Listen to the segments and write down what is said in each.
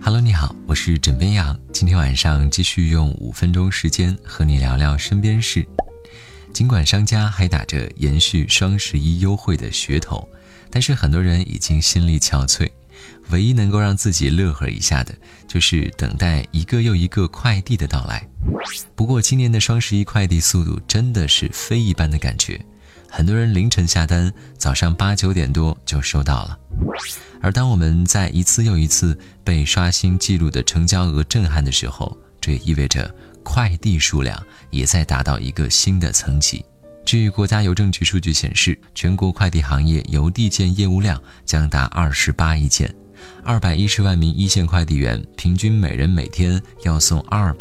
Hello， 你好，我是枕边羊。今天晚上继续用5分钟时间和你聊聊身边事。尽管商家还打着延续双11优惠的噱头，但是很多人已经心力憔悴，唯一能够让自己乐呵一下的，就是等待一个又一个快递的到来。不过今年的双11快递速度真的是非一般的感觉，很多人凌晨下单，早上8、9点多就收到了。而当我们在一次又一次被刷新记录的成交额震撼的时候，这也意味着快递数量也在达到一个新的层级。据国家邮政局数据显示，全国快递行业邮递件业务量将达28亿件，210万名一线快递员平均每人每天要送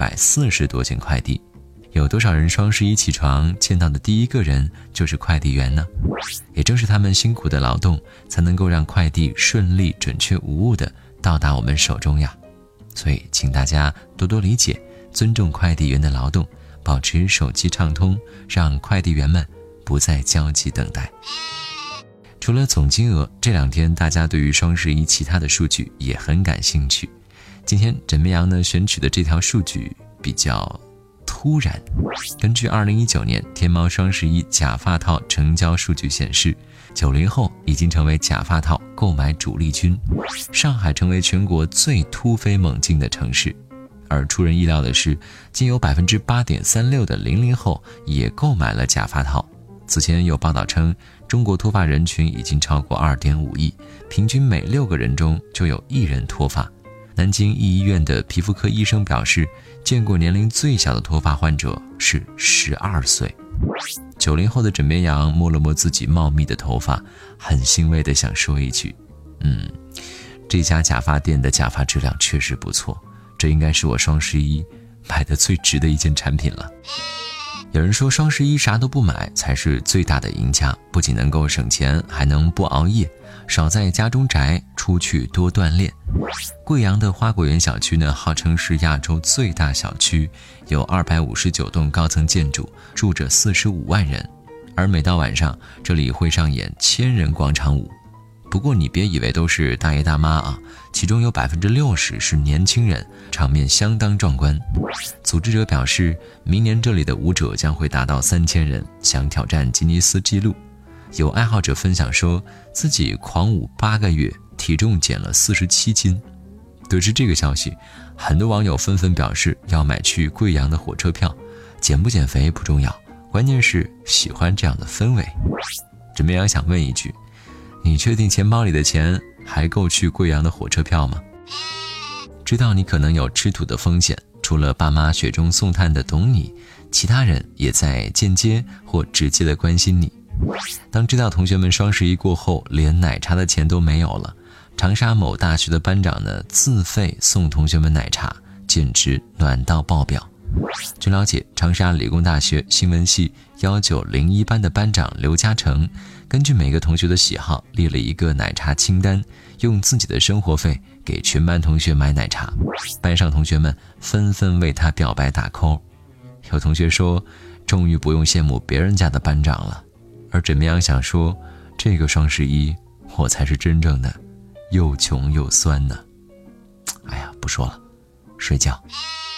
240多件快递。有多少人双11起床见到的第一个人就是快递员呢？也正是他们辛苦的劳动，才能够让快递顺利准确无误地到达我们手中呀。所以请大家多多理解，尊重快递员的劳动，保持手机畅通，让快递员们不再焦急等待。除了总金额，这2天大家对于双11其他的数据也很感兴趣。今天枕边羊呢选取的这条数据比较突然。根据2019年天猫双11假发套成交数据显示，90后已经成为假发套购买主力军，上海成为全国最突飞猛进的城市。而出人意料的是，竟有 8.36% 的00后也购买了假发套。此前有报道称，中国脱发人群已经超过 2.5 亿，平均每6个人中就有1人脱发。南京一医院的皮肤科医生表示，见过年龄最小的脱发患者是12岁。90后的枕边羊摸了摸自己茂密的头发，很欣慰地想说一句，这家假发店的假发质量确实不错，这应该是我双11买的最值的一件产品了。有人说双11啥都不买才是最大的赢家，不仅能够省钱，还能不熬夜，少在家中宅，出去多锻炼。贵阳的花果园小区呢，号称是亚洲最大小区，有259栋高层建筑，住着45万人。而每到晚上，这里会上演1000人广场舞。不过你别以为都是大爷大妈啊，其中有 60% 是年轻人，场面相当壮观。组织者表示，明年这里的舞者将会达到3000人，想挑战吉尼斯纪录。有爱好者分享说，自己狂舞8个月，体重减了47斤。得知这个消息，很多网友纷纷表示要买去贵阳的火车票，减不减肥不重要，关键是喜欢这样的氛围。枕边羊想问一句，你确定钱包里的钱还够去贵阳的火车票吗？知道你可能有吃土的风险，除了爸妈雪中送炭的懂你，其他人也在间接或直接的关心你。当知道同学们双11过后连奶茶的钱都没有了，长沙某大学的班长呢自费送同学们奶茶，简直暖到爆表。据了解，长沙理工大学新闻系1901班的班长刘嘉诚，根据每个同学的喜好列了一个奶茶清单，用自己的生活费给全班同学买奶茶。班上同学们纷纷为他表白打 call。 有同学说，终于不用羡慕别人家的班长了。而枕边羊想说，这个双11我才是真正的又穷又酸呢。哎呀，不说了，睡觉。